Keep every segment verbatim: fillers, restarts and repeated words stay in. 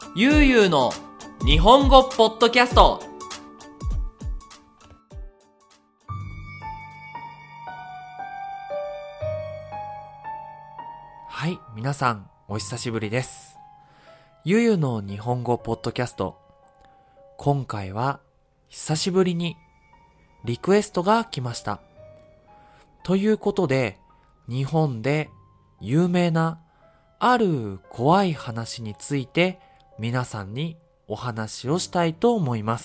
ゆうゆうの日本語ポッドキャスト。はい、皆さんお久しぶりです。ゆうゆうの日本語ポッドキャスト。今回は久しぶりにリクエストが来ました。ということで、日本で有名なある怖い話について皆さんにお話をしたいと思います。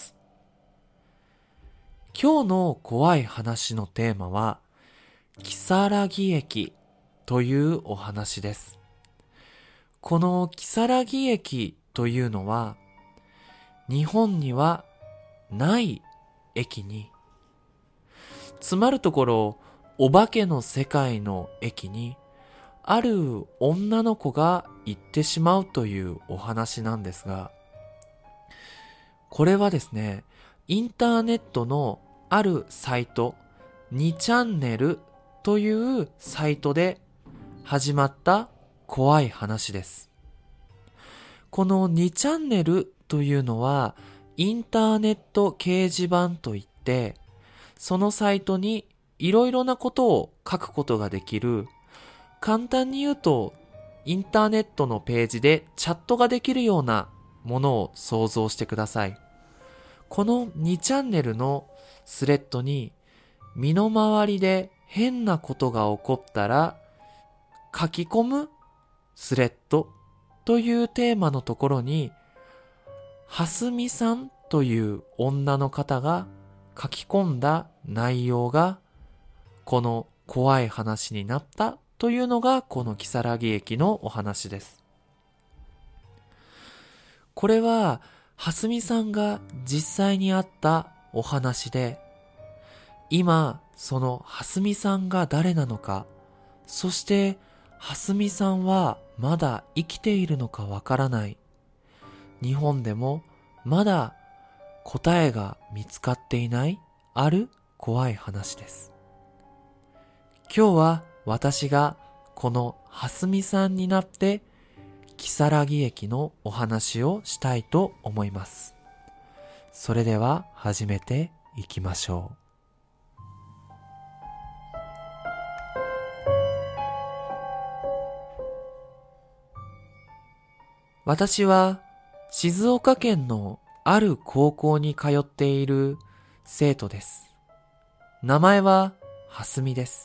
今日の怖い話のテーマは、如月駅というお話です。この如月駅というのは、日本にはない駅に、つまるところ、お化けの世界の駅に、ある女の子が行ってしまうというお話なんですが、これはですね、インターネットのあるサイト、にチャンネルというサイトで始まった怖い話です。このにチャンネルというのは、インターネット掲示板といって、そのサイトにいろいろなことを書くことができる、簡単に言うとインターネットのページでチャットができるようなものを想像してください。このにチャンネルのスレッドに、身の回りで変なことが起こったら書き込むスレッドというテーマのところに、はすみさんという女の方が書き込んだ内容がこの怖い話になったというのがこの如月駅のお話です。これははすみさんが実際にあったお話で、今そのはすみさんが誰なのか、そしてはすみさんはまだ生きているのかわからない、日本でもまだ答えが見つかっていないある怖い話です。今日は私がこのはすみさんになって如月駅のお話をしたいと思います。それでは始めていきましょう。私は静岡県のある高校に通っている生徒です。名前ははすみです。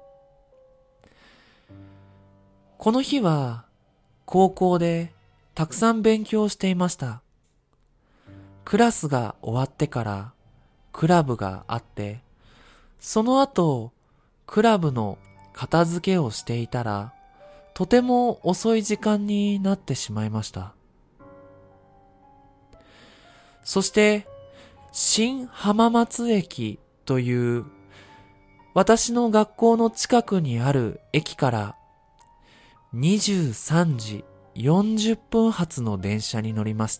この日は高校でたくさん勉強していました。クラスが終わってからクラブがあって、その後クラブの片付けをしていたら、とても遅い時間になってしまいました。そして新浜松駅という私の学校の近くにある駅からにじゅうさんじよんじゅっぷん発の電車に乗りました。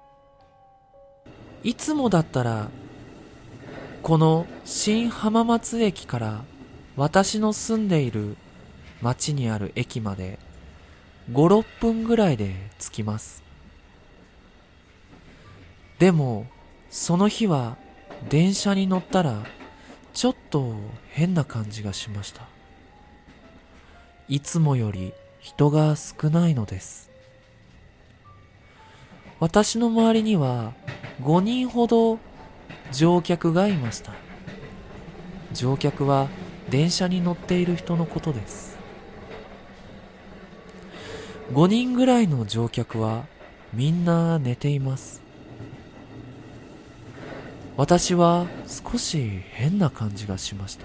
いつもだったらこの新浜松駅から私の住んでいる町にある駅までご、ろっぷんぐらいで着きます。でもその日は電車に乗ったらちょっと変な感じがしました。いつもより人が少ないのです。私の周りにはごにんほど乗客がいました。乗客は電車に乗っている人のことです。ごにんぐらいの乗客はみんな寝ています。私は少し変な感じがしました。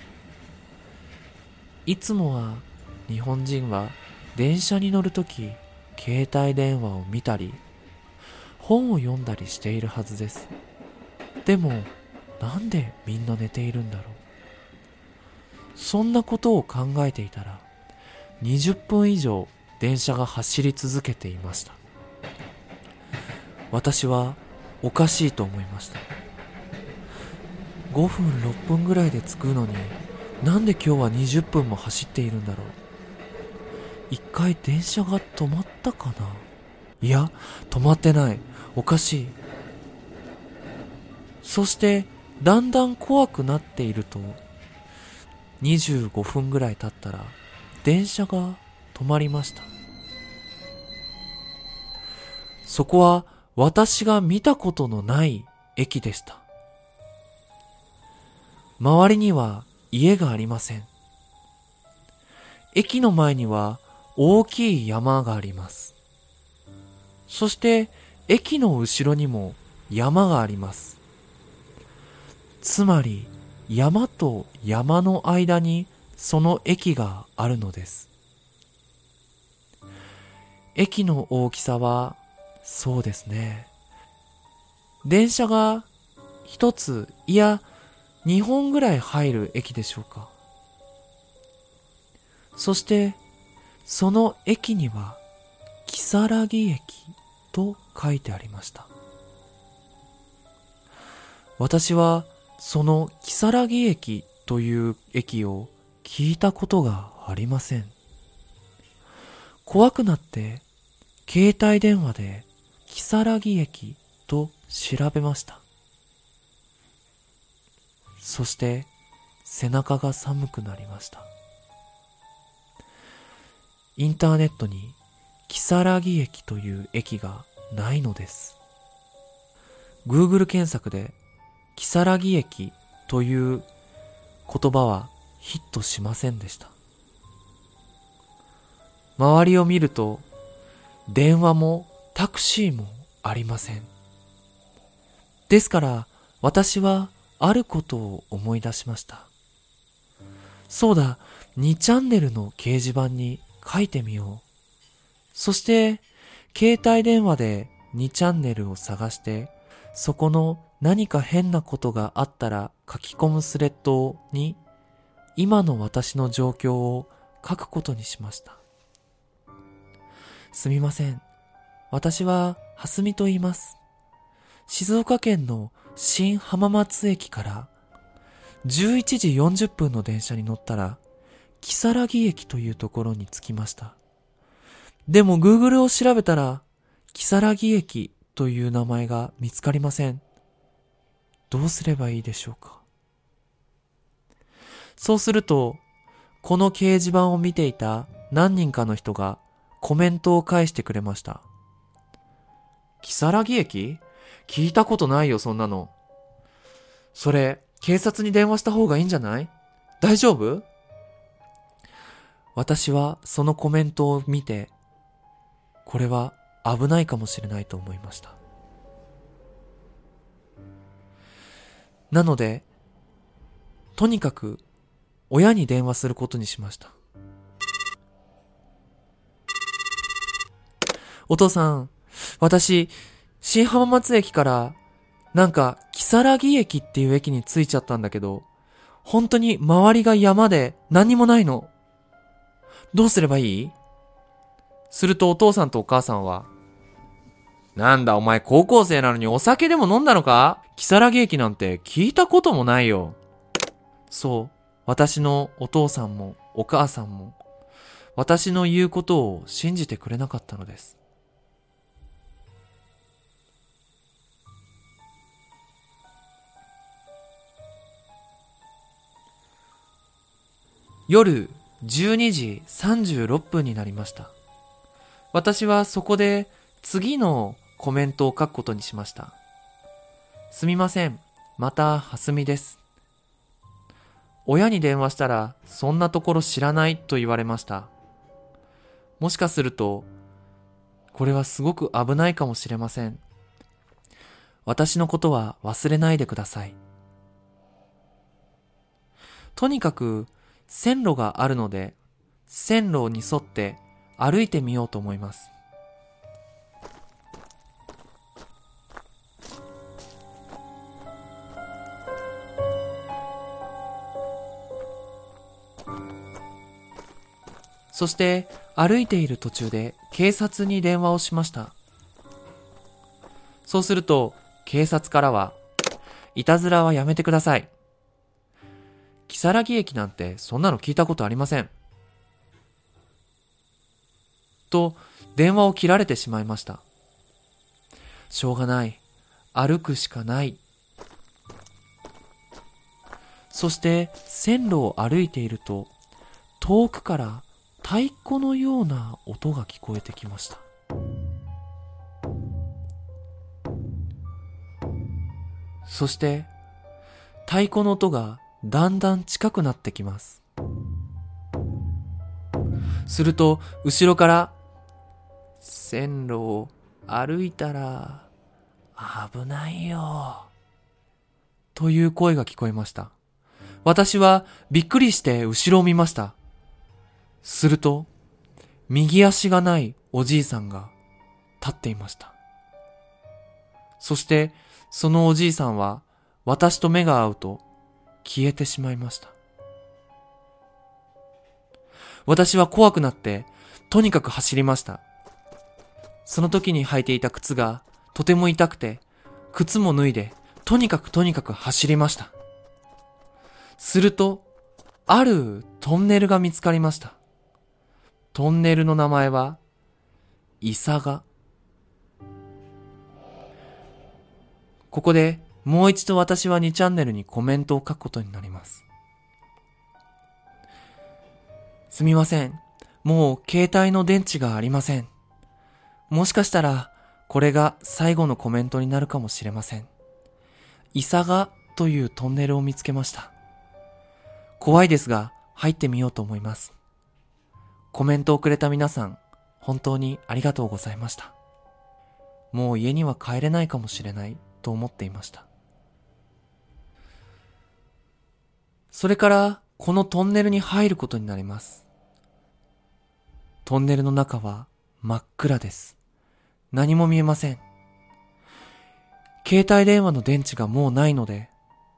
いつもは日本人は電車に乗るとき携帯電話を見たり本を読んだりしているはずです。でもなんでみんな寝ているんだろう。そんなことを考えていたらにじゅっぷん以上電車が走り続けていました。私はおかしいと思いました。ごふんろっぷんぐらいで着くのに、なんで今日はにじゅっぷんも走っているんだろう。一回電車が止まったかな。 いや、止まってない。おかしい。そしてだんだん怖くなっていると、にじゅうごふんぐらい経ったら電車が止まりました。そこは私が見たことのない駅でした。周りには家がありません。駅の前には大きい山があります。そして駅の後ろにも山があります。つまり山と山の間にその駅があるのです。駅の大きさは、そうですね。電車が一つ、いや二本ぐらい入る駅でしょうか。そしてその駅には如月駅と書いてありました。私はその如月駅という駅を聞いたことがありません。怖くなって携帯電話で如月駅と調べました。そして背中が寒くなりました。インターネットに如月駅という駅がないのです。Google 検索で如月駅という言葉はヒットしませんでした。周りを見ると電話もタクシーもありません。ですから私はあることを思い出しました。そうだ、にチャンネルの掲示板に書いてみよう。そして携帯電話でにチャンネルを探して、そこの何か変なことがあったら書き込むスレッドに今の私の状況を書くことにしました。すみません。私は蓮見と言います。静岡県の新浜松駅からじゅういちじよんじゅっぷんの電車に乗ったら如月駅というところに着きました。でも Google を調べたら如月駅という名前が見つかりません。どうすればいいでしょうか。そうすると、この掲示板を見ていた何人かの人がコメントを返してくれました。如月駅？聞いたことないよ、そんなの。それ、警察に電話した方がいいんじゃない？大丈夫？私はそのコメントを見て、これは危ないかもしれないと思いました。なので、とにかく親に電話することにしました。お父さん、私、新浜松駅からなんか如月駅っていう駅に着いちゃったんだけど、本当に周りが山で何にもないの。どうすればいい？するとお父さんとお母さんは、なんだお前高校生なのにお酒でも飲んだのか？如月駅なんて聞いたこともないよ。そう、私のお父さんもお母さんも私の言うことを信じてくれなかったのです。夜じゅうにじさんじゅうろっぷんになりました。私はそこで次のコメントを書くことにしました。すみません。また蓮見です。親に電話したらそんなところ知らないと言われました。もしかするとこれはすごく危ないかもしれません。私のことは忘れないでください。とにかく線路があるので線路に沿って歩いてみようと思います。そして歩いている途中で警察に電話をしました。そうすると警察からは、いたずらはやめてください。如月駅なんてそんなの聞いたことありません。と電話を切られてしまいました。 しょうがない。歩くしかない。そして線路を歩いていると、遠くから太鼓のような音が聞こえてきました。そして太鼓の音がだんだん近くなってきます。すると後ろから、線路を歩いたら危ないよという声が聞こえました。私はびっくりして後ろを見ました。すると右足がないおじいさんが立っていました。そしてそのおじいさんは私と目が合うと消えてしまいました。私は怖くなってとにかく走りました。その時に履いていた靴がとても痛くて、靴も脱いでとにかくとにかく走りました。するとあるトンネルが見つかりました。トンネルの名前はイサガ。ここでもう一度私はにチャンネルにコメントを書くことになります。すみません。もう携帯の電池がありません。もしかしたらこれが最後のコメントになるかもしれません。イサガというトンネルを見つけました。怖いですが入ってみようと思います。コメントをくれた皆さん、本当にありがとうございました。もう家には帰れないかもしれないと思っていました。それからこのトンネルに入ることになります。トンネルの中は真っ暗です。何も見えません。携帯電話の電池がもうないので、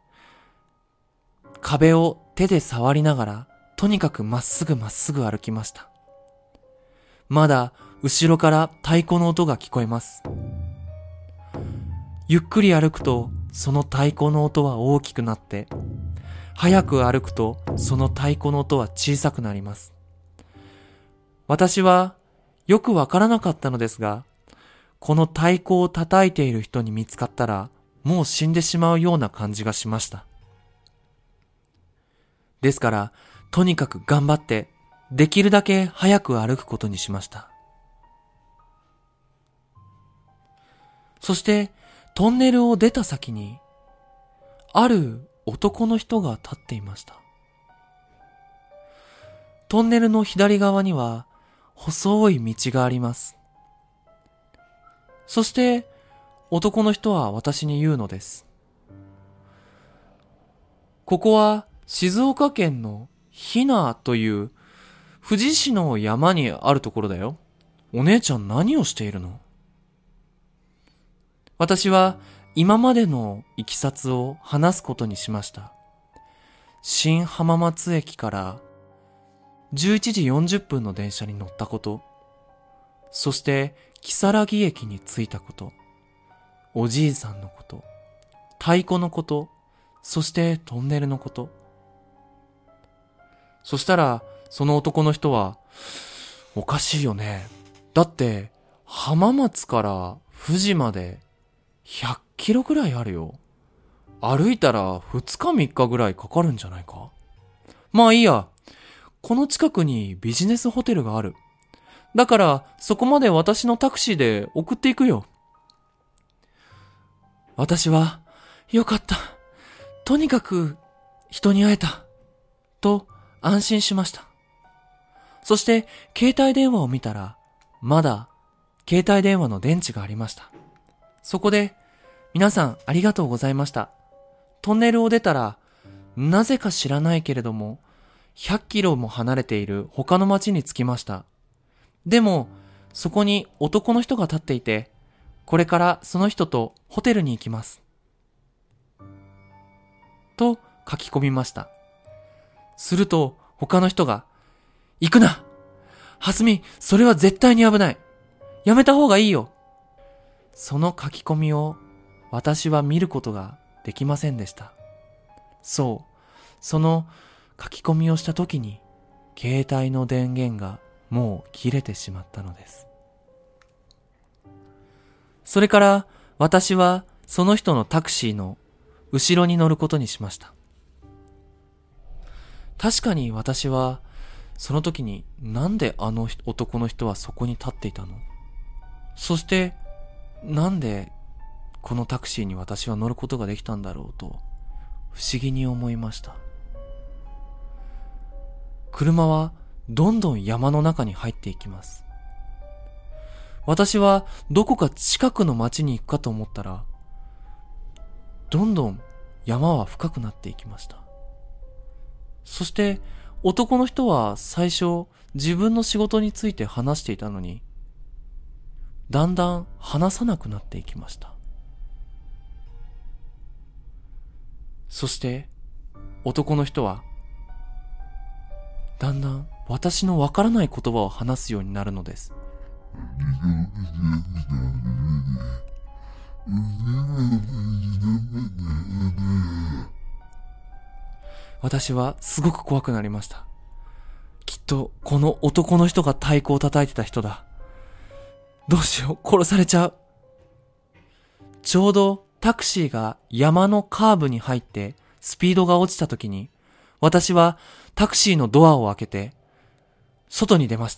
壁を手で触りながらとにかくまっすぐまっすぐ歩きました。まだ後ろから太鼓の音が聞こえます。ゆっくり歩くとその太鼓の音は大きくなって、早く歩くとその太鼓の音は小さくなります。私はよくわからなかったのですが、この太鼓を叩いている人に見つかったらもう死んでしまうような感じがしました。ですからとにかく頑張ってできるだけ早く歩くことにしました。そしてトンネルを出た先にある男の人が立っていました。トンネルの左側には細い道があります。そして男の人は私に言うのです。ここは静岡県の日名という富士市の山にあるところだよ。お姉ちゃん何をしているの？私は今までのいきさつを話すことにしました。新浜松駅からじゅういちじよんじゅっぷんの電車に乗ったこと、そして如月駅に着いたこと、おじいさんのこと、太鼓のこと、そしてトンネルのこと。そしたらその男の人は、おかしいよね。だって浜松から富士までひゃっキロぐらいあるよ。歩いたらふつかみっかぐらいかかるんじゃないか？まあいいや。この近くにビジネスホテルがある。だからそこまで私のタクシーで送っていくよ。私は、よかった。とにかく人に会えた。と安心しました。そして携帯電話を見たら、まだ携帯電話の電池がありました。そこで、皆さんありがとうございました。トンネルを出たら、なぜか知らないけれども、ひゃっキロも離れている他の町に着きました。でも、そこに男の人が立っていて、これからその人とホテルに行きます。と書き込みました。すると他の人が、行くな！はすみ、それは絶対に危ない。やめた方がいいよ。その書き込みを私は見ることができませんでした。そう、その書き込みをした時に携帯の電源がもう切れてしまったのです。それから私はその人のタクシーの後ろに乗ることにしました。確かに私はその時に、なんであの男の人はそこに立っていたの？そしてなんでこのタクシーに私は乗ることができたんだろうと不思議に思いました。車はどんどん山の中に入っていきます。私はどこか近くの町に行くかと思ったら、どんどん山は深くなっていきました。そして男の人は最初自分の仕事について話していたのに、だんだん話さなくなっていきました。そして男の人はだんだん私のわからない言葉を話すようになるのです。私はすごく怖くなりました。きっとこの男の人が太鼓を叩いてた人だ。どうしよう、殺されちゃう。ちょうどタクシーが山のカーブに入ってスピードが落ちた時に、私はタクシーのドアを開けて外に出ました。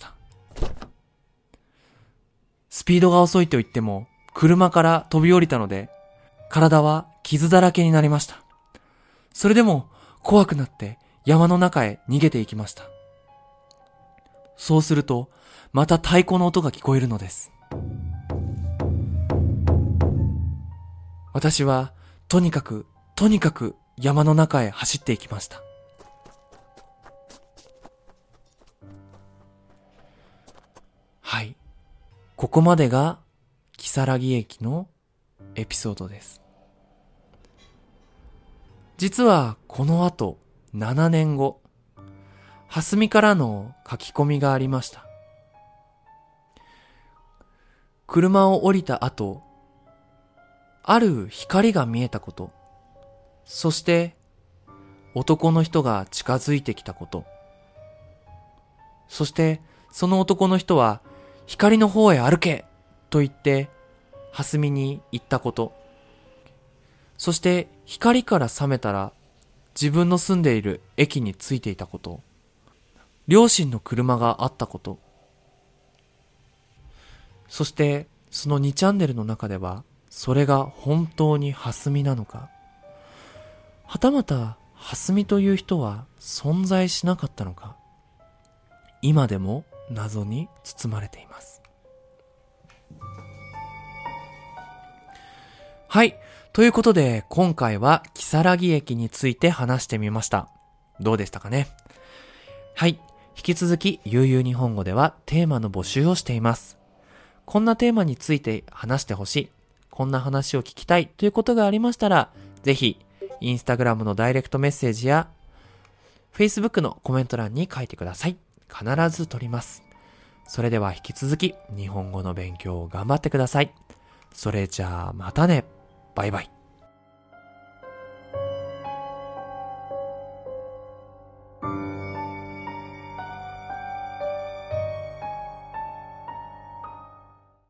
スピードが遅いと言っても車から飛び降りたので、体は傷だらけになりました。それでも怖くなって山の中へ逃げていきました。そうするとまた太鼓の音が聞こえるのです。私はとにかくとにかく山の中へ走っていきました。はい、ここまでが如月駅のエピソードです。実はこの後ななねんご、蓮見からの書き込みがありました。車を降りた後、ある光が見えたこと、そして男の人が近づいてきたこと、そしてその男の人は光の方へ歩けと言って蓮見に行ったこと、そして光から覚めたら自分の住んでいる駅に着いていたこと、両親の車があったこと、そしてそのにチャンネルの中ではそれが本当に蓮見なのか、はたまた蓮見という人は存在しなかったのか、今でも謎に包まれています。はい、ということで今回は如月駅について話してみました。どうでしたかね。はい、引き続き悠々日本語ではテーマの募集をしています。こんなテーマについて話してほしい、こんな話を聞きたいということがありましたら、ぜひインスタグラムのダイレクトメッセージや Facebook のコメント欄に書いてください。必ず取ります。それでは引き続き日本語の勉強を頑張ってください。それじゃあまたね。バイバイ。